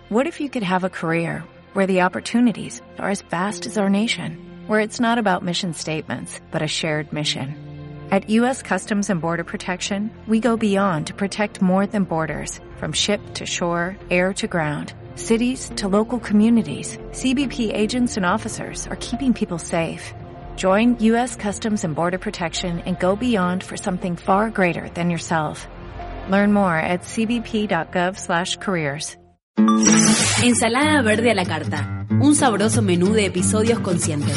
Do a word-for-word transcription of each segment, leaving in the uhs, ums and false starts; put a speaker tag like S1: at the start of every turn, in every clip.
S1: What if you could have a career where the opportunities are as vast as our nation, where it's not about mission statements, but a shared mission? At U S Customs and Border Protection, we go beyond to protect more than borders. From ship to shore, air to ground, cities to local communities, C B P agents and officers are keeping people safe. Join U S Customs and Border Protection and go beyond for something far greater than yourself. Learn more at c b p dot gov slash careers.
S2: Ensalada verde a la carta. Un sabroso menú de episodios conscientes.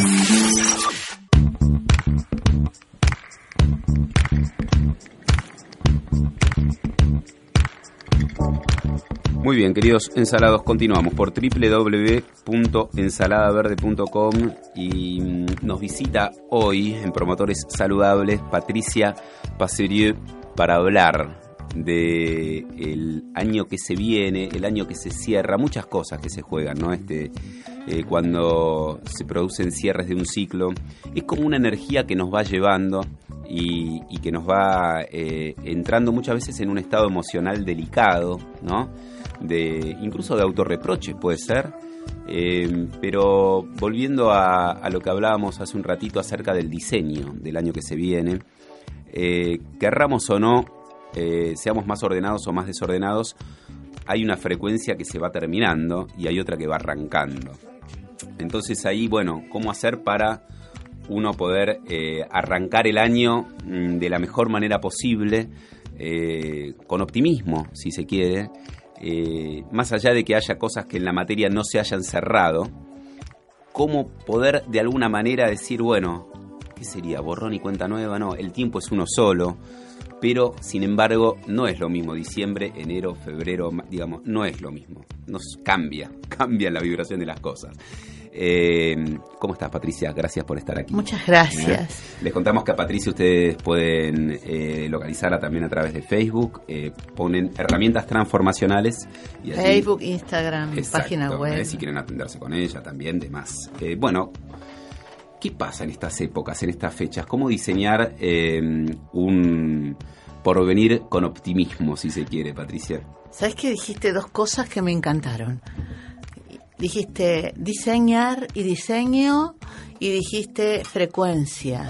S3: Muy bien, queridos ensalados, continuamos por doble u doble u doble u punto ensalada verde punto com y nos visita hoy en Promotores Saludables Patricia Passerieu para hablar de el año que se viene, el año que se cierra, muchas cosas que se juegan, ¿no? Este, eh, cuando se producen cierres de un ciclo, es como una energía que nos va llevando y, y que nos va eh, entrando muchas veces en un estado emocional delicado, ¿no? De, incluso de autorreproche puede ser, eh, pero volviendo a, a lo que hablábamos hace un ratito acerca del diseño del año que se viene, eh, querramos o no, eh, seamos más ordenados o más desordenados, hay una frecuencia que se va terminando y hay otra que va arrancando. Entonces ahí, bueno, ¿cómo hacer para uno poder eh, arrancar el año mm, de la mejor manera posible, eh, con optimismo, si se quiere? Eh, más allá de que haya cosas que en la materia no se hayan cerrado, cómo poder de alguna manera decir, bueno, ¿qué sería? ¿Borrón y cuenta nueva? No, el tiempo es uno solo, pero sin embargo no es lo mismo diciembre, enero, febrero, digamos, no es lo mismo, nos cambia, cambia la vibración de las cosas. Eh, ¿Cómo estás, Patricia? Gracias por estar aquí.
S4: Muchas gracias.
S3: ¿Eh? Les contamos que a Patricia ustedes pueden eh, localizarla también a través de Facebook. Eh, ponen herramientas transformacionales. Y allí,
S4: Facebook, Instagram,
S3: exacto,
S4: página web.
S3: Eh, si quieren atenderse con ella también, demás. Eh, bueno, ¿qué pasa en estas épocas, en estas fechas? ¿Cómo diseñar eh, un porvenir con optimismo, si se quiere, Patricia?
S4: ¿Sabes que dijiste dos cosas que me encantaron? Dijiste diseñar y diseño y dijiste frecuencia.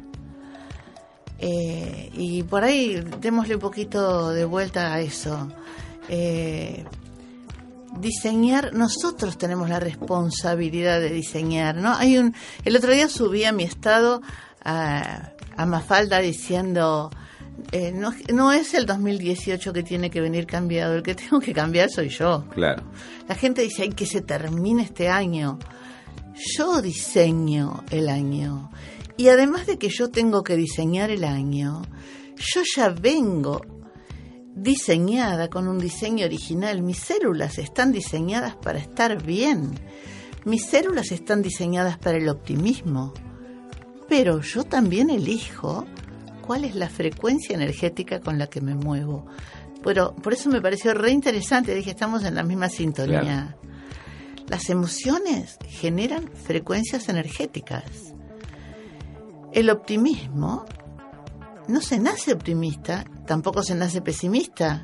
S4: Eh, y por ahí démosle un poquito de vuelta a eso. Eh, diseñar, nosotros tenemos la responsabilidad de diseñar, ¿no? Hay un, el otro día subí a mi estado a, a Mafalda diciendo... Eh, no, no es el dos mil dieciocho que tiene que venir cambiado, el que tengo que cambiar soy yo.
S3: Claro.
S4: La gente dice, ay, que se termine este año. Yo diseño el año. Y además de que yo tengo que diseñar el año, yo ya vengo diseñada con un diseño original. Mis células están diseñadas para estar bien. Mis células están diseñadas para el optimismo. Pero yo también elijo cuál es la frecuencia energética con la que me muevo. Pero por eso me pareció re interesante, dije, estamos en la misma sintonía. Claro. Las emociones generan frecuencias energéticas. El optimismo, no se nace optimista, tampoco se nace pesimista.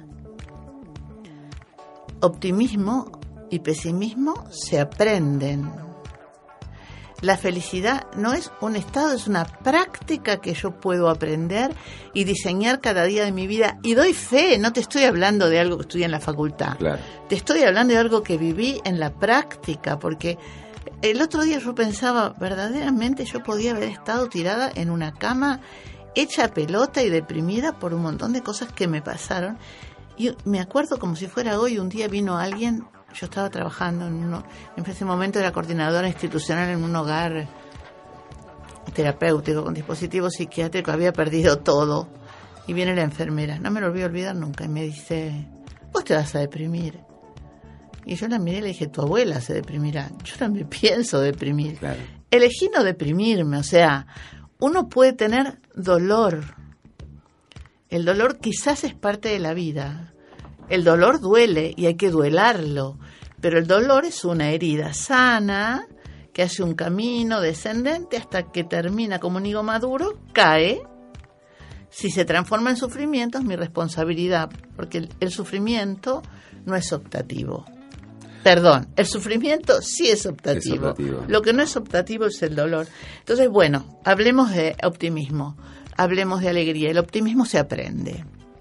S4: Optimismo y pesimismo se aprenden. La felicidad no es un estado, es una práctica que yo puedo aprender y diseñar cada día de mi vida. Y doy fe, no te estoy hablando de algo que estudié en la facultad. Claro. Te estoy hablando de algo que viví en la práctica, porque el otro día yo pensaba, verdaderamente yo podía haber estado tirada en una cama, hecha pelota y deprimida por un montón de cosas que me pasaron. Y me acuerdo como si fuera hoy, un día vino alguien... Yo estaba trabajando en, uno, en ese momento era coordinadora institucional en un hogar terapéutico con dispositivos psiquiátricos, había perdido todo. Y viene la enfermera, no me lo voy a olvidar nunca, y me dice, vos te vas a deprimir. Y yo la miré y le dije, tu abuela se deprimirá. Yo no me pienso deprimir. Claro. Elegí no deprimirme, o sea, uno puede tener dolor. El dolor quizás es parte de la vida. El dolor duele y hay que duelarlo, pero el dolor es una herida sana que hace un camino descendente hasta que termina como un higo maduro, cae. Si se transforma en sufrimiento es mi responsabilidad, porque el, el sufrimiento no es optativo. Perdón, el sufrimiento sí es optativo.
S3: Es optativo.
S4: Lo que no es optativo es el dolor. Entonces, bueno, hablemos de optimismo, hablemos de alegría. El optimismo se aprende.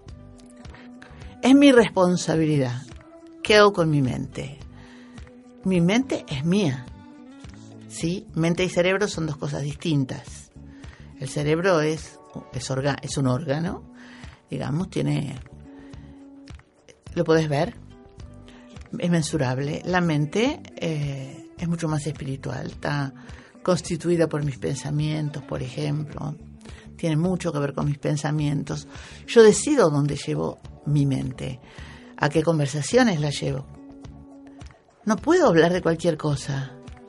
S4: Es mi responsabilidad. ¿Qué hago con mi mente? Mi mente es mía. ¿Sí? Mente y cerebro son dos cosas distintas. El cerebro es, es, orga, es un órgano, digamos, tiene... ¿Lo podés ver? Es mensurable. La mente eh, es mucho más espiritual, está constituida por mis pensamientos, por ejemplo. Tiene mucho que ver con mis pensamientos. Yo decido dónde llevo mi mente, a qué conversaciones la llevo. No puedo hablar de cualquier cosa.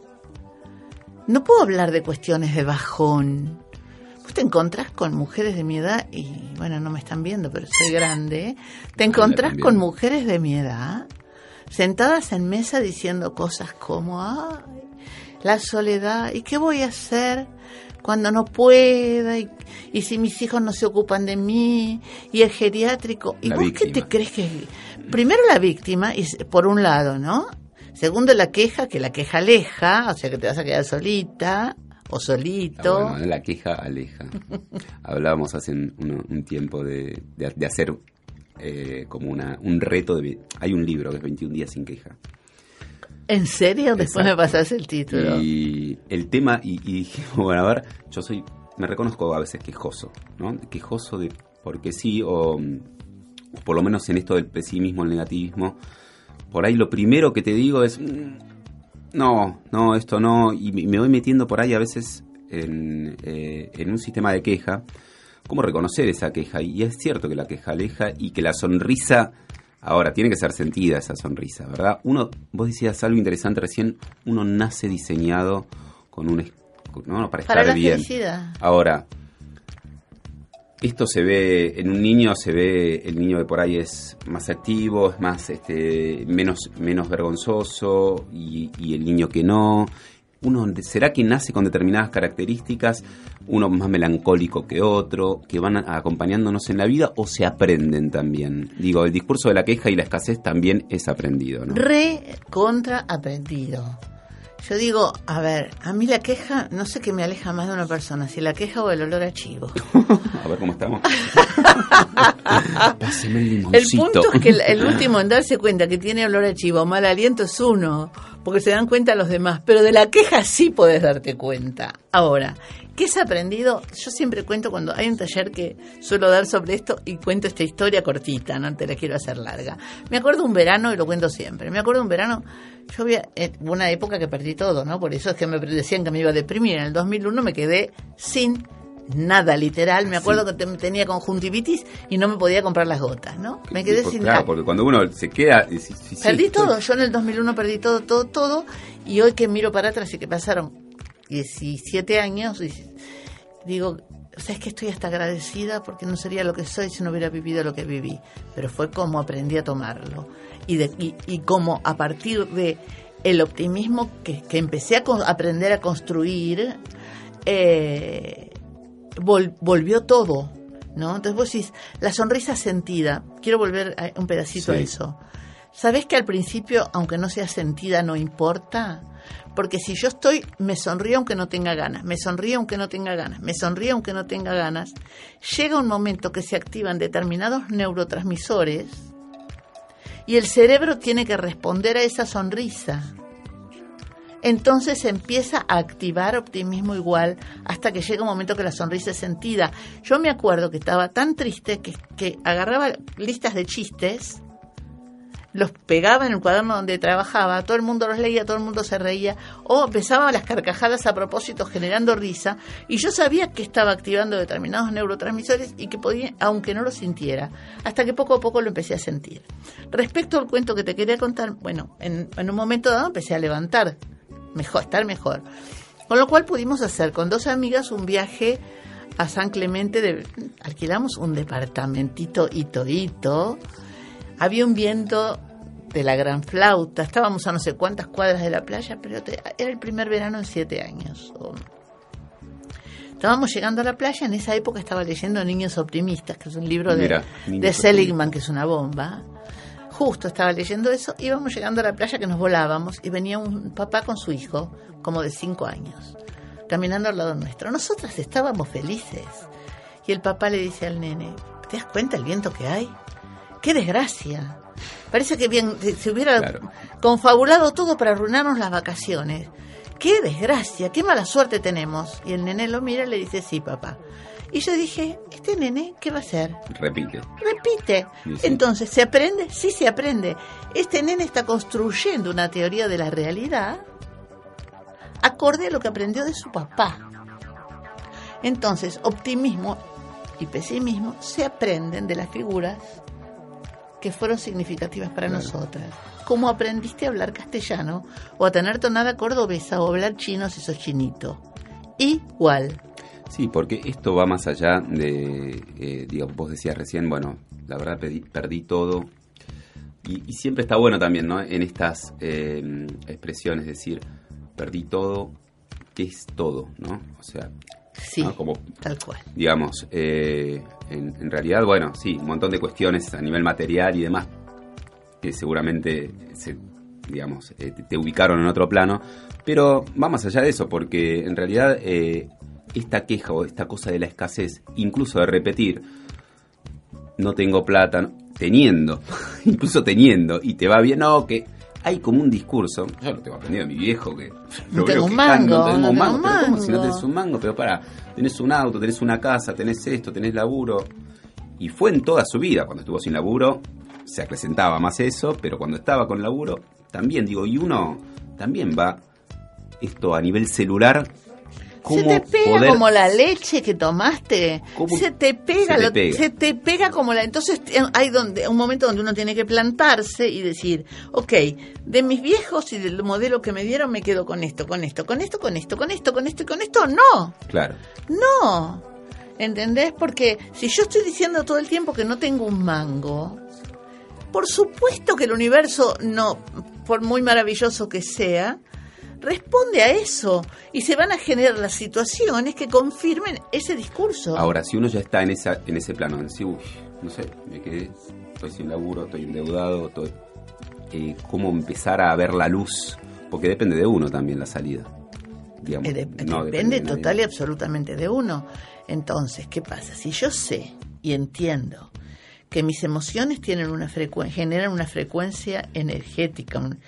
S4: No puedo hablar de cuestiones de bajón. Vos te encontrás con mujeres de mi edad, y bueno, no me están viendo, pero soy grande, ¿eh? Te encontrás con mujeres de mi edad sentadas en mesa diciendo cosas como, ay, la soledad, ¿y qué voy a hacer cuando no pueda? Y, y si mis hijos no se ocupan de mí, y el geriátrico. ¿Y
S3: la
S4: vos
S3: víctima.
S4: qué te crees que...? Primero la víctima, y por un lado, ¿no? Segundo la queja, que la queja aleja, o sea que te vas a quedar solita o solito.
S3: Ah, bueno, la queja aleja. Hablábamos hace un, un tiempo de, de, de hacer... Eh, como una un reto de... Hay un libro que es veintiún días sin queja.
S4: ¿En serio? Después
S3: Exacto.
S4: me pasás el título.
S3: Y el tema, y, y dije, bueno, a ver, yo soy, me reconozco a veces quejoso, ¿no? Quejoso de porque sí, o, o por lo menos en esto del pesimismo, el negativismo, por ahí lo primero que te digo es, mm, no, no, esto no, y me voy metiendo por ahí a veces en, eh, en un sistema de queja. ¿Cómo reconocer esa queja? Y es cierto que la queja aleja y que la sonrisa, ahora, tiene que ser sentida esa sonrisa, ¿verdad? Uno, vos decías algo interesante recién, uno nace diseñado con un... ¿no? Para estar
S4: para la
S3: bien.
S4: Felicidad.
S3: Ahora, esto se ve, en un niño se ve, el niño de por ahí es más activo, es más, este, menos, menos vergonzoso, y, y el niño que no... Uno, ¿será que nace con determinadas características, uno más melancólico que otro, que van acompañándonos en la vida, o se aprenden también? Digo, el discurso de la queja y la escasez también es aprendido, ¿no?
S4: Re contra aprendido. Yo digo, a ver, a mí la queja, no sé qué me aleja más de una persona, si la queja o el olor a chivo.
S3: A ver cómo estamos. Páseme el
S4: El
S3: limoncito.
S4: punto es que el, el último en darse cuenta que tiene olor a chivo o mal aliento es uno, porque se dan cuenta los demás, pero de la queja sí podés darte cuenta. Ahora, ¿qué es aprendido? Yo siempre cuento cuando hay un taller que suelo dar sobre esto y cuento esta historia cortita, no te la quiero hacer larga. Me acuerdo un verano, y lo cuento siempre, me acuerdo un verano, yo había eh, una época que perdí todo, ¿no? Por eso es que me decían que me iba a deprimir. En el dos mil uno me quedé sin nada, literal. Me acuerdo sí. que te, tenía conjuntivitis y no me podía comprar las gotas, ¿no? Me quedé
S3: sí,
S4: sin
S3: claro,
S4: nada.
S3: Porque cuando uno se queda... Sí, sí,
S4: perdí
S3: sí,
S4: todo.
S3: sí.
S4: Yo en el dos mil uno perdí todo, todo, todo. Y hoy que miro para atrás y que pasaron diecisiete años, digo, o sea, es que estoy hasta agradecida porque no sería lo que soy si no hubiera vivido lo que viví. Pero fue como aprendí a tomarlo. Y, de, y, y como a partir de el optimismo que, que empecé a con, aprender a construir, eh, vol, volvió todo, ¿no? Entonces vos decís, la sonrisa sentida, quiero volver a un pedacito sí. a eso. ¿Sabés que al principio, aunque no sea sentida, no importa? Porque si yo estoy, me sonrío aunque no tenga ganas, me sonrío aunque no tenga ganas, me sonrío aunque no tenga ganas, llega un momento que se activan determinados neurotransmisores y el cerebro tiene que responder a esa sonrisa. Entonces se empieza a activar optimismo igual hasta que llega un momento que la sonrisa es sentida. Yo me acuerdo que estaba tan triste que, que agarraba listas de chistes, los pegaba en el cuaderno donde trabajaba, todo el mundo los leía, todo el mundo se reía, o empezaba las carcajadas a propósito generando risa, y yo sabía que estaba activando determinados neurotransmisores y que podía, aunque no lo sintiera, hasta que poco a poco lo empecé a sentir. Respecto al cuento que te quería contar, bueno, en, en un momento dado empecé a levantar, mejor, estar mejor, con lo cual pudimos hacer con dos amigas un viaje a San Clemente, de, alquilamos un departamentito hito hito, había un viento de la gran flauta, estábamos a no sé cuántas cuadras de la playa, pero te, era el primer verano en siete años. Estábamos llegando a la playa, en esa época estaba leyendo Niños Optimistas, que es un libro de,
S3: Mira,
S4: de Seligman, que es una bomba. justo estaba leyendo eso, íbamos llegando a la playa que nos volábamos y venía un papá con su hijo, como de cinco años, caminando al lado nuestro. Nosotras estábamos felices. Y el papá le dice al nene, ¿te das cuenta el viento que hay? ¡Qué desgracia! Parece que bien se hubiera claro. confabulado todo para arruinarnos las vacaciones. ¡Qué desgracia! ¡Qué mala suerte tenemos! Y el nene lo mira y le dice, sí, papá. Y yo dije, ¿este nene qué va a hacer?
S3: Repite.
S4: Repite. Sí, sí. Entonces, ¿se aprende? Sí, se aprende. Este nene está construyendo una teoría de la realidad acorde a lo que aprendió de su papá. Entonces, optimismo y pesimismo se aprenden de las figuras que fueron significativas para claro. nosotras. ¿Cómo aprendiste a hablar castellano o a tener tonada cordobesa o hablar chino si sos chinito? Igual.
S3: Sí, porque esto va más allá de, eh, digamos, vos decías recién, bueno, la verdad perdí, perdí todo. Y, y siempre está bueno también, ¿no? En estas eh, expresiones, decir, perdí todo, ¿qué es todo, no? O sea,
S4: sí,
S3: ¿no? Como,
S4: tal cual.
S3: Digamos, eh, en, en realidad, bueno, sí, un montón de cuestiones a nivel material y demás que seguramente se, digamos, eh, te, te ubicaron en otro plano, pero va más allá de eso, porque en realidad eh, esta queja o esta cosa de la escasez, incluso de repetir, no tengo plata, no, teniendo, incluso teniendo, y te va bien, no, que hay como un discurso, yo lo tengo aprendido de mi viejo, que
S4: no tengo un mango,
S3: no tengo
S4: no
S3: un
S4: mango,
S3: mango, pero
S4: mango.
S3: ¿cómo si no tenés un mango? Pero pará, tenés un auto, tenés una casa, tenés esto, tenés laburo, y fue en toda su vida, cuando estuvo sin laburo, se acrecentaba más eso, pero cuando estaba con laburo, también, digo, y uno también va, esto a nivel celular,
S4: se te pega poder... como la leche que tomaste.
S3: ¿Cómo?
S4: Se te pega,
S3: se te
S4: lo,
S3: pega.
S4: Se te pega como la... Entonces hay donde un momento donde uno tiene que plantarse y decir, ok, de mis viejos y del modelo que me dieron me quedo con esto, con esto, con esto, con esto, con esto, con esto y con esto, no.
S3: Claro.
S4: No. ¿Entendés? Porque si yo estoy diciendo todo el tiempo que no tengo un mango, por supuesto que el universo, no, por muy maravilloso que sea, responde a eso y se van a generar las situaciones que confirmen ese discurso.
S3: Ahora, si uno ya está en esa en ese plano, en decir, uy, no sé, me quedé, estoy sin laburo, estoy endeudado, estoy, eh, ¿cómo empezar a ver la luz? Porque depende de uno también la salida. Digamos,
S4: eh, de,
S3: no
S4: depende
S3: de
S4: total y absolutamente de uno. Entonces, ¿qué pasa? Si yo sé y entiendo que mis emociones tienen una frecuen- generan una frecuencia energética, un,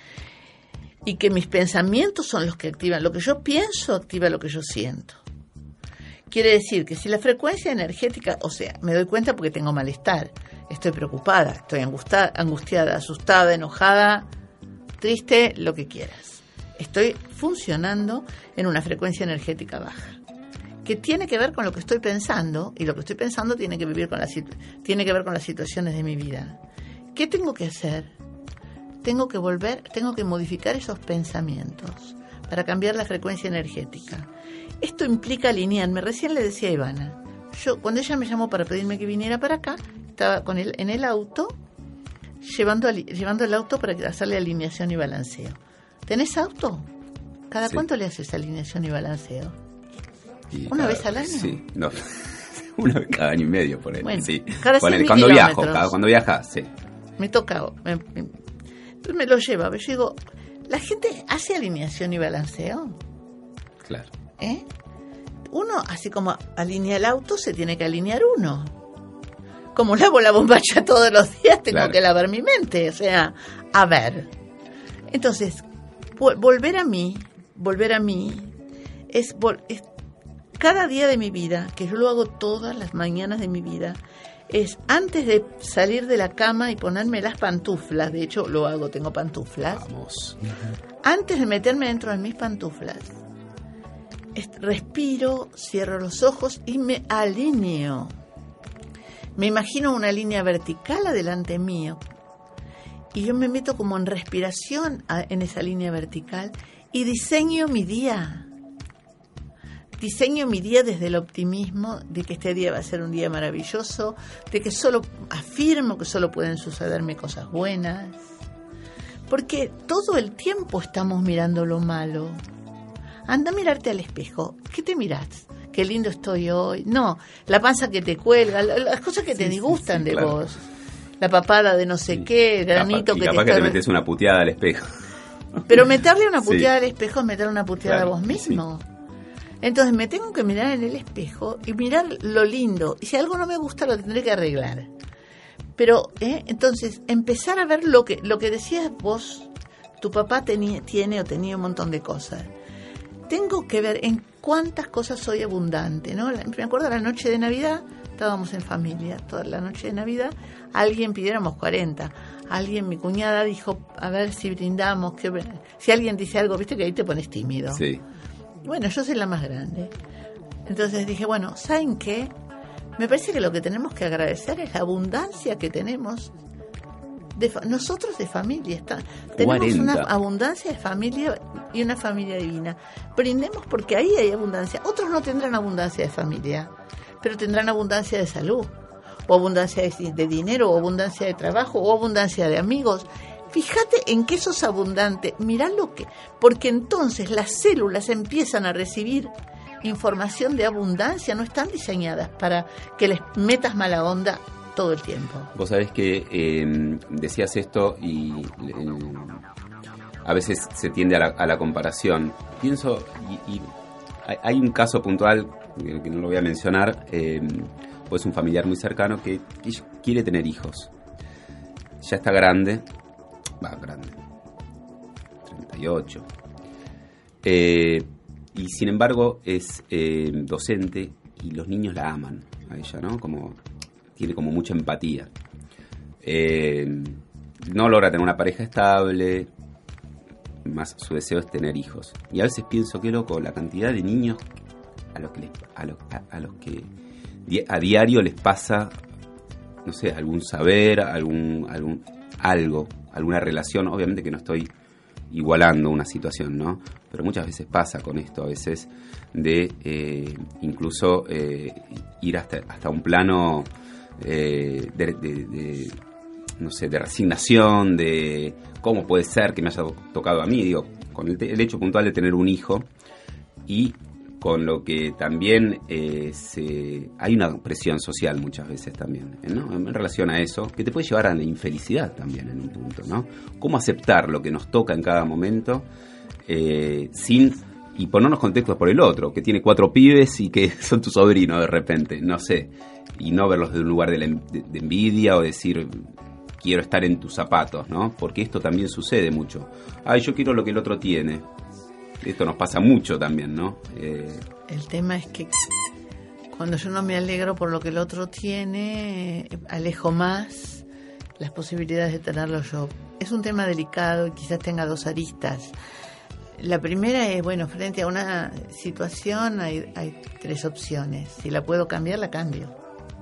S4: y que mis pensamientos son los que activan, lo que yo pienso activa lo que yo siento. Quiere decir que si la frecuencia energética, o sea, me doy cuenta porque tengo malestar, estoy preocupada, estoy angustiada, angustiada, asustada, enojada, triste, lo que quieras. Estoy funcionando en una frecuencia energética baja, que tiene que ver con lo que estoy pensando, y lo que estoy pensando tiene que vivir con la situ- tiene que ver con las situaciones de mi vida. ¿Qué tengo que hacer? Tengo que volver, tengo que modificar esos pensamientos para cambiar la frecuencia energética. Esto implica alinearme. Recién le decía a Ivana, yo cuando ella me llamó para pedirme que viniera para acá, estaba con él en el auto, llevando, llevando el auto para hacerle alineación y balanceo. ¿Tenés auto? ¿Cada sí. cuánto le haces alineación y balanceo?
S3: Y
S4: ¿Una
S3: cada,
S4: vez al año?
S3: Sí, no. Una vez cada año y medio, por él.
S4: Bueno,
S3: sí.
S4: cada
S3: Ponele,
S4: cien
S3: cuando
S4: kilómetros.
S3: viajo, cada, cuando viaja, sí.
S4: Me toca... Me, me, entonces me lo lleva, yo digo, ¿la gente hace alineación y balanceo?
S3: Claro.
S4: ¿Eh? Uno, así como alinea el auto, se tiene que alinear uno. Como lavo la bombacha todos los días, tengo claro. que lavar mi mente. O sea, a ver. Entonces, vol- volver a mí, volver a mí, es, vol- es cada día de mi vida, que yo lo hago todas las mañanas de mi vida, es antes de salir de la cama y ponerme las pantuflas, de hecho lo hago, tengo pantuflas.
S3: Vamos.
S4: Antes de meterme dentro de mis pantuflas, respiro, cierro los ojos y me alineo. Me imagino una línea vertical adelante mío y yo me meto como en respiración en esa línea vertical y diseño mi día. Diseño mi día desde el optimismo de que este día va a ser un día maravilloso, de que solo afirmo que solo pueden sucederme cosas buenas, porque todo el tiempo estamos mirando lo malo. Anda a mirarte al espejo. ¿Qué te mirás? Qué lindo estoy hoy. No, la panza que te cuelga, las cosas que sí, te disgustan sí, sí, de claro. vos. la papada de no sé sí. qué, granito
S3: capaz,
S4: que
S3: capaz
S4: te
S3: que
S4: está...
S3: te metes una puteada al espejo.
S4: Pero meterle una puteada
S3: sí.
S4: al espejo es meterle una puteada claro, a vos mismo. Sí. Entonces me tengo que mirar en el espejo y mirar lo lindo. Y si algo no me gusta, lo tendré que arreglar. Pero, ¿eh? entonces, empezar a ver lo que lo que decías vos, tu papá tenía, tiene o tenía un montón de cosas. Tengo que ver en cuántas cosas soy abundante, ¿no? Me acuerdo la noche de Navidad, estábamos en familia, toda la noche de Navidad, alguien pidiéramos cuarenta, alguien, mi cuñada dijo, a ver si brindamos, que, si alguien dice algo, viste que ahí te pones tímido.
S3: Sí.
S4: Bueno, yo soy la más grande. Entonces dije, bueno, ¿saben qué? Me parece que lo que tenemos que agradecer es la abundancia que tenemos de fa- nosotros de familia. Está, tenemos
S3: cuarenta.
S4: Una abundancia de familia y una familia divina. Brindemos porque ahí hay abundancia. Otros no tendrán abundancia de familia, pero tendrán abundancia de salud, o abundancia de, de dinero, o abundancia de trabajo, o abundancia de amigos. Fíjate en qué sos abundante, mirá lo que... Porque entonces las células empiezan a recibir información de abundancia, no están diseñadas para que les metas mala onda todo el tiempo.
S3: Vos sabés que eh, decías esto y eh, a veces se tiende a la, a la comparación. Pienso, y, y hay un caso puntual, que, que no lo voy a mencionar, eh, pues un familiar muy cercano que, que quiere tener hijos. Ya está grande, va, grande, treinta y ocho. Eh, y sin embargo es eh, docente y los niños la aman a ella, ¿no? Como tiene como mucha empatía. Eh, no logra tener una pareja estable, más su deseo es tener hijos. Y a veces pienso, qué loco, la cantidad de niños a los que les, a los, a, a los que a diario les pasa, no sé, algún saber, algún, algún algo, alguna relación. Obviamente que no estoy igualando una situación, ¿no? Pero muchas veces pasa con esto, a veces de eh, incluso eh, ir hasta, hasta un plano eh, de, de, de, no sé, de resignación, de cómo puede ser que me haya tocado a mí, digo, con el, el hecho puntual de tener un hijo y con lo que también eh, se, hay una presión social muchas veces también, ¿no? En relación a eso, que te puede llevar a la infelicidad también en un punto, ¿no? Cómo aceptar lo que nos toca en cada momento eh, sin y ponernos contextos por el otro, que tiene cuatro pibes y que son tu sobrino de repente, no sé, y no verlos de un lugar de, la, de, de envidia o decir quiero estar en tus zapatos, ¿no? Porque esto también sucede mucho. Ay, yo quiero lo que el otro tiene. Esto nos pasa mucho también, ¿no? Eh...
S4: El tema es que cuando yo no me alegro por lo que el otro tiene, alejo más las posibilidades de tenerlo yo. Es un tema delicado y quizás tenga dos aristas. La primera es, bueno, frente a una situación hay, hay tres opciones. Si la puedo cambiar, la cambio.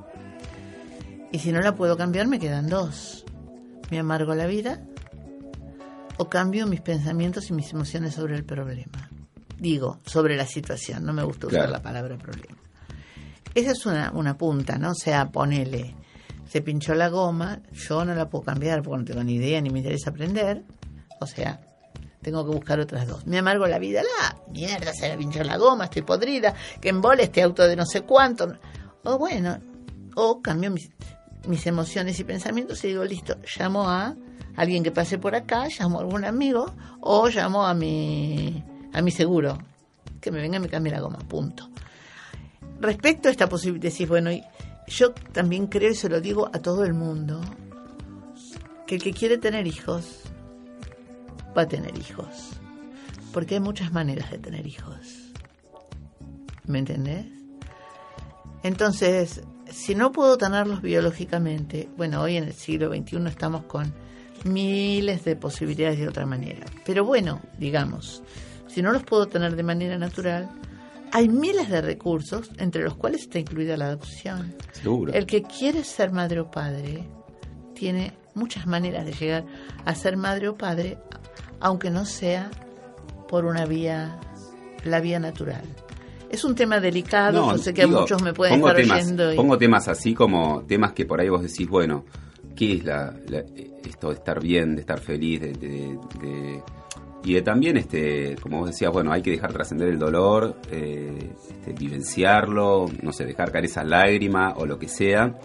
S4: Y si no la puedo cambiar, me quedan dos. Me amargo la vida o cambio mis pensamientos y mis emociones sobre el problema. Digo, sobre la situación, no me gusta usar claro. la palabra problema. Esa es una, una punta, ¿no? O sea, ponele, se pinchó la goma, yo no la puedo cambiar porque no tengo ni idea ni me interesa aprender, o sea, tengo que buscar otras dos. Me amargo la vida, la mierda, se me pinchó la goma, estoy podrida, que embole este auto de no sé cuánto. O bueno, o cambio mis, mis emociones y pensamientos y digo, listo, llamo a alguien que pase por acá, llamo a algún amigo o llamo a mi a mi seguro que me venga y me cambie la goma, punto. Respecto a esta posibilidad, decís, bueno, yo también creo y se lo digo a todo el mundo, que el que quiere tener hijos va a tener hijos, porque hay muchas maneras de tener hijos, ¿me entendés? Entonces, si no puedo tenerlos biológicamente, bueno, hoy en el siglo veintiuno estamos con miles de posibilidades de otra manera. Pero bueno, digamos, si no los puedo tener de manera natural, hay miles de recursos, entre los cuales está incluida la adopción.
S3: Seguro.
S4: El que quiere ser madre o padre tiene muchas maneras de llegar a ser madre o padre, aunque no sea por una vía, la vía natural. Es un tema delicado, no, yo sé que digo, a muchos me pueden estar
S3: temas,
S4: oyendo. Y...
S3: Pongo temas así como temas que por ahí vos decís, bueno, ¿qué es la, la, esto de estar bien, de estar feliz, de, de, de, y de también, este, como vos decías, bueno, hay que dejar trascender el dolor, eh, este, vivenciarlo, no sé, dejar caer esas lágrimas o lo que sea,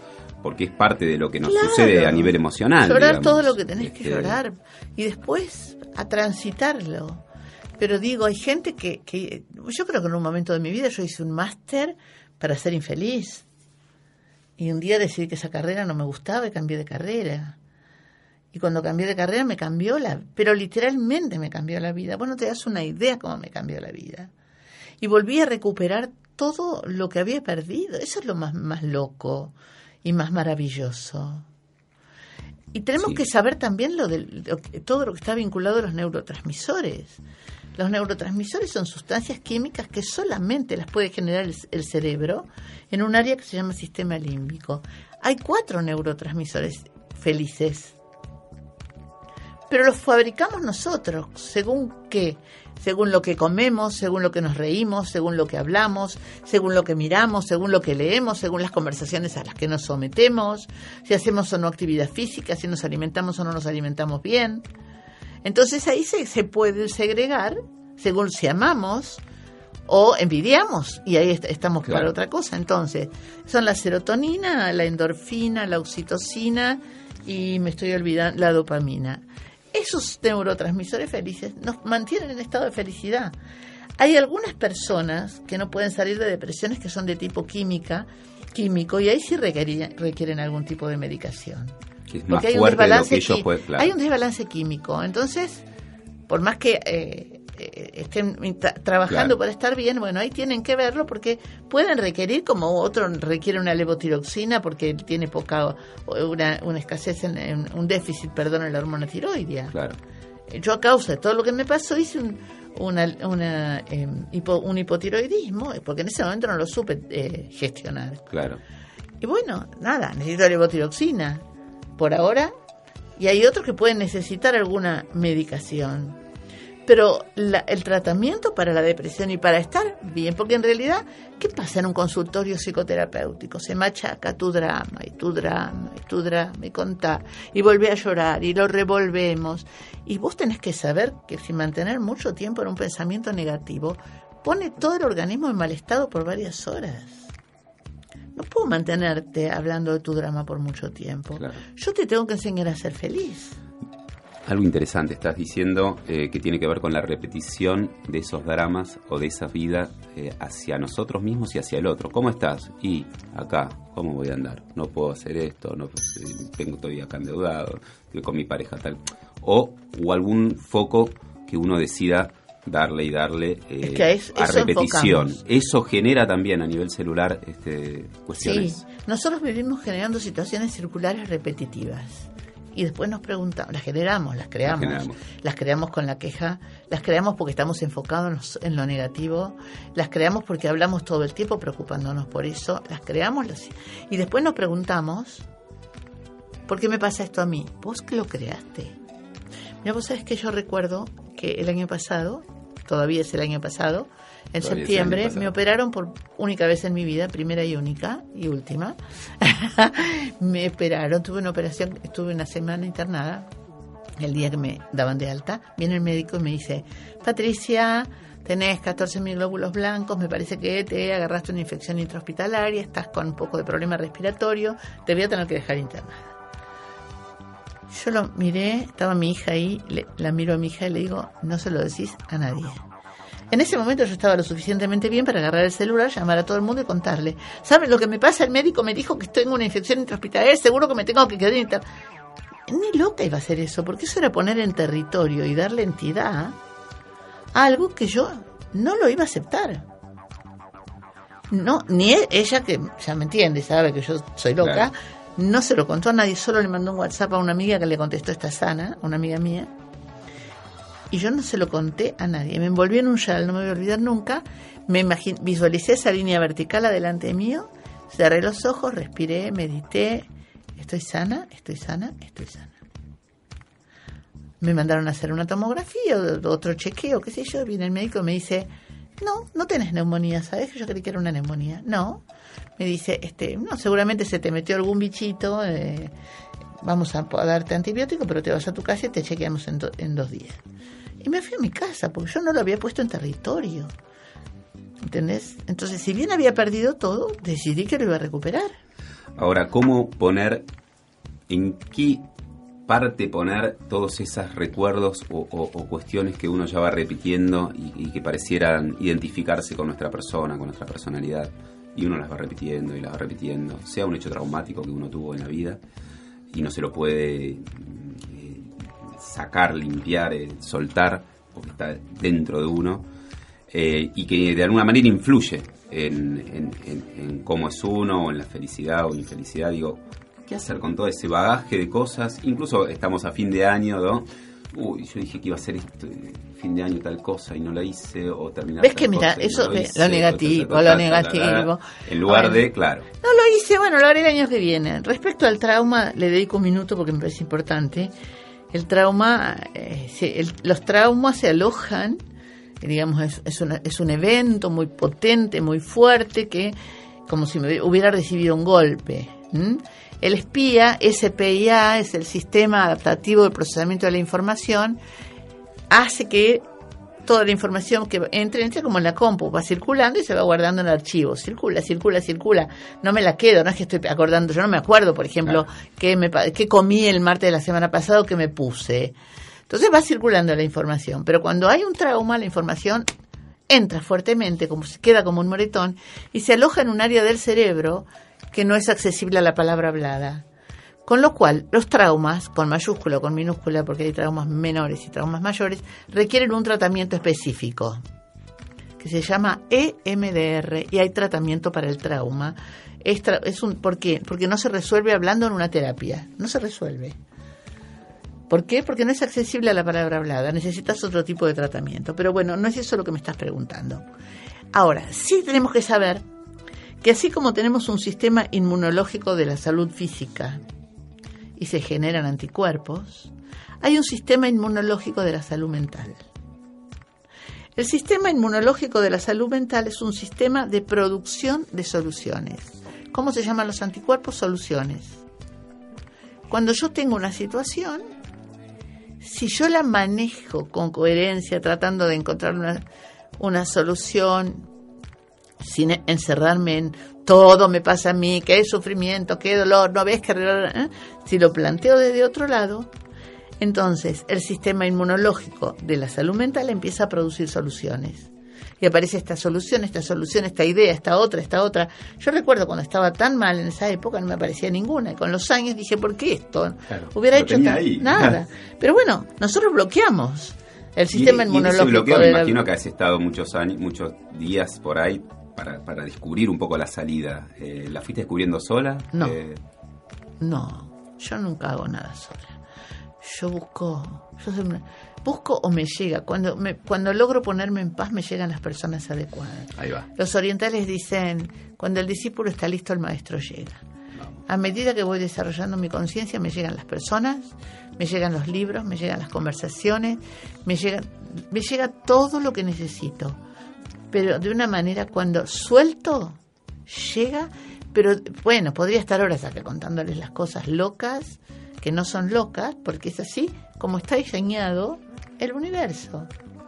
S3: porque es parte de lo que nos
S4: Claro.
S3: sucede a nivel emocional.
S4: Llorar
S3: digamos.
S4: todo lo que tenés que
S3: Este,
S4: llorar y después a transitarlo. Pero digo, hay gente que, que... Yo creo que en un momento de mi vida yo hice un máster para ser infeliz. Y un día decidí que esa carrera no me gustaba y cambié de carrera. Y cuando cambié de carrera me cambió la... Pero literalmente me cambió la vida. Vos no te das una idea cómo me cambió la vida. Y volví a recuperar todo lo que había perdido. Eso es lo más, más loco y más maravilloso. Y tenemos
S3: Sí.
S4: que saber también lo de lo que- todo lo que está vinculado a los neurotransmisores. Los neurotransmisores son sustancias químicas que solamente las puede generar el, el cerebro en un área que se llama sistema límbico. Hay cuatro neurotransmisores felices, pero los fabricamos nosotros. ¿Según qué? Según lo que comemos, según lo que nos reímos, según lo que hablamos, según lo que miramos, según lo que leemos, según las conversaciones a las que nos sometemos, si hacemos o no actividad física, si nos alimentamos o no nos alimentamos bien. Entonces ahí se, se puede segregar según si amamos o envidiamos, y ahí est- estamos
S3: Claro.
S4: para otra cosa. Entonces, son la serotonina, la endorfina, la oxitocina y me estoy olvidando, la dopamina. Esos neurotransmisores felices nos mantienen en estado de felicidad. Hay algunas personas que no pueden salir de depresiones que son de tipo química, químico, y ahí sí requerían- requieren algún tipo de medicación.
S3: que es más
S4: Porque hay un
S3: fuerte de lo
S4: desbalance
S3: que ellos
S4: qui-
S3: pueden... Claro.
S4: hay un desbalance químico. Entonces, por más que eh, eh, estén tra- trabajando
S3: Claro.
S4: para estar bien, bueno, ahí tienen que verlo porque pueden requerir, como otro requiere una levotiroxina porque tiene poca, una, una escasez, en, en- un déficit, perdón, en la hormona tiroidea.
S3: Claro.
S4: Yo a causa de todo lo que me pasó hice un, una, una, eh, hipo- un hipotiroidismo, porque en ese momento no lo supe eh, gestionar.
S3: Claro.
S4: Y bueno, nada, necesito levotiroxina por ahora, y hay otros que pueden necesitar alguna medicación. Pero la- el tratamiento para la depresión y para estar bien, porque en realidad, ¿qué pasa en un consultorio psicoterapéutico? Se machaca tu drama y tu drama y tu drama y contá y volvé a llorar y lo revolvemos. Y vos tenés que saber que si mantener mucho tiempo en un pensamiento negativo pone todo el organismo en mal estado por varias horas. No puedo mantenerte hablando de tu drama por mucho tiempo.
S3: Claro.
S4: Yo te tengo que enseñar a ser feliz.
S3: Algo interesante, estás diciendo eh, que tiene que ver con la repetición de esos dramas o de esa vida eh, hacia nosotros mismos y hacia el otro. ¿Cómo estás? Y acá, ¿cómo voy a andar? No puedo hacer esto, no eh, tengo estoy acá endeudado, estoy con mi pareja tal. O, o algún foco que uno decida darle y darle eh,
S4: Es que es-
S3: a
S4: eso
S3: repetición.
S4: enfocamos.
S3: Eso genera también a nivel celular este, cuestiones.
S4: Sí, nosotros vivimos generando situaciones circulares repetitivas. Y después nos preguntamos, las generamos, las creamos,
S3: Las generamos.
S4: las creamos con la queja, las creamos porque estamos enfocados en lo negativo, las creamos porque hablamos todo el tiempo preocupándonos por eso, las creamos las- y después nos preguntamos, ¿por qué me pasa esto a mí? ¿Vos que lo creaste? Mira, vos sabés que yo recuerdo que el año pasado, todavía es el año pasado, en
S3: Todavía es el año
S4: septiembre
S3: pasado.
S4: me operaron por única vez en mi vida, primera y única y última. Me operaron, tuve una operación, estuve una semana internada. El día que me daban de alta, viene el médico y me dice, Patricia, tenés catorce mil glóbulos blancos, me parece que te agarraste una infección intrahospitalaria, estás con un poco de problema respiratorio, te voy a tener que dejar internada. Yo lo miré, estaba mi hija ahí, le- la miro a mi hija y le digo, no se lo decís a nadie. En ese momento yo estaba lo suficientemente bien para agarrar el celular, llamar a todo el mundo y contarle. ¿Saben lo que me pasa? El médico me dijo que tengo una infección intrahospitalaria, seguro que me tengo que quedar internada. Ni loca iba a hacer eso, porque eso era poner en territorio y darle entidad a algo que yo no lo iba a aceptar. No, ni e- ella, que ya me entiende, sabe que yo soy loca,
S3: Claro.
S4: no se lo contó a nadie, solo le mandó un WhatsApp a una amiga que le contestó, está sana, una amiga mía. Y yo no se lo conté a nadie. Me envolví en un chal, no me voy a olvidar nunca. Me imagin- visualicé esa línea vertical adelante mío, cerré los ojos, respiré, medité. Estoy sana, estoy sana, estoy sana. Me mandaron a hacer una tomografía, o- otro chequeo, qué sé yo. Viene el médico y me dice, no, no tenés neumonía, ¿sabes? Que yo creí que era una neumonía. No. Me dice, este, no, seguramente se te metió algún bichito, eh, vamos a, a darte antibiótico, pero te vas a tu casa y te chequeamos en, do- en dos días. Y me fui a mi casa, porque yo no lo había puesto en territorio. ¿Entendés? Entonces, si bien había perdido todo, decidí que lo iba a recuperar.
S3: Ahora, ¿cómo poner, en qué parte poner todos esos recuerdos o, o, o cuestiones que uno ya va repitiendo y, y que parecieran identificarse con nuestra persona, con nuestra personalidad? Y uno las va repitiendo y las va repitiendo, sea un hecho traumático que uno tuvo en la vida y no se lo puede eh, sacar, limpiar, eh, soltar, porque está dentro de uno, eh, y que de alguna manera influye en, en, en, en cómo es uno, o en la felicidad o infelicidad. Digo, ¿qué hacer con todo ese bagaje de cosas? Incluso estamos a fin de año, ¿no? Uy, yo dije que iba a hacer esto, fin de año tal cosa y no la hice, o terminar.
S4: ¿Ves que mira, eso no lo, hice, lo negativo, ta, ta, ta, ta, lo negativo. Ta, ta, ta,
S3: en lugar
S4: bueno,
S3: de, claro.
S4: No lo hice, bueno, lo haré el año que viene. Respecto al trauma, le dedico un minuto porque me parece importante. El trauma, eh, se, el, los traumas se alojan, digamos, es, es, una, es un evento muy potente, muy fuerte, que como si me hubiera recibido un golpe. ¿Mm? El espía, S P I A, es el sistema adaptativo de procesamiento de la información, hace que toda la información que entre, entre como en la compu, va circulando y se va guardando en archivos. Circula, circula, circula. No me la quedo, no es que estoy acordando, yo no me acuerdo, por ejemplo, claro. qué, me, qué comí el martes de la semana pasada o qué me puse. Entonces va circulando la información, pero cuando hay un trauma, la información entra fuertemente, como se queda como un moretón, y se aloja en un área del cerebro que no es accesible a la palabra hablada. Con lo cual, los traumas, con mayúscula o con minúscula, porque hay traumas menores y traumas mayores, requieren un tratamiento específico, que se llama E M D R, y hay tratamiento para el trauma. Es, tra- es un, ¿por qué? Porque no se resuelve hablando en una terapia, no se resuelve. ¿Por qué? Porque no es accesible a la palabra hablada, necesitas otro tipo de tratamiento. Pero bueno, no es eso lo que me estás preguntando. Ahora, sí tenemos que saber que así como tenemos un sistema inmunológico de la salud física y se generan anticuerpos, hay un sistema inmunológico de la salud mental. El sistema inmunológico de la salud mental es un sistema de producción de soluciones. ¿Cómo se llaman los anticuerpos? Soluciones. Cuando yo tengo una situación, si yo la manejo con coherencia, tratando de encontrar una, una solución, sin encerrarme en todo me pasa a mí, qué sufrimiento, qué dolor, no ves que... ¿eh? Si lo planteo desde otro lado, entonces el sistema inmunológico de la salud mental empieza a producir soluciones. Y aparece esta solución, esta solución, esta idea, esta otra, esta otra. Yo recuerdo cuando estaba tan mal en esa época, no me aparecía ninguna. Y con los años dije, ¿por qué esto? Claro, hubiera hecho tan... nada. Pero bueno, nosotros bloqueamos el sistema y, inmunológico.
S3: Y ese bloqueo,
S4: de
S3: me
S4: la...
S3: imagino que has estado muchos años, muchos días por ahí para, para descubrir un poco la salida. Eh, ¿La fuiste descubriendo sola?
S4: No,
S3: eh...
S4: no, yo nunca hago nada sola. Yo busco, yo siempre, busco o me llega. Cuando me, cuando logro ponerme en paz, me llegan las personas adecuadas.
S3: Ahí va.
S4: Los orientales dicen, cuando el discípulo está listo, el maestro llega. Vamos. A medida que voy desarrollando mi conciencia, me llegan las personas, me llegan los libros, me llegan las conversaciones, me llega, me llega todo lo que necesito. Pero de una manera, cuando suelto, llega. Pero bueno, podría estar horas acá contándoles las cosas locas, que no son locas, porque es así como está diseñado el universo.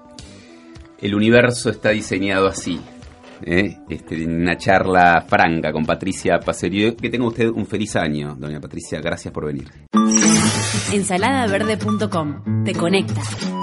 S3: El universo está diseñado así. ¿eh? Este, una charla franca con Patricia Pacerio. Que tenga usted un feliz año, doña Patricia. Gracias por venir.
S2: ensalada verde punto com. Te conecta.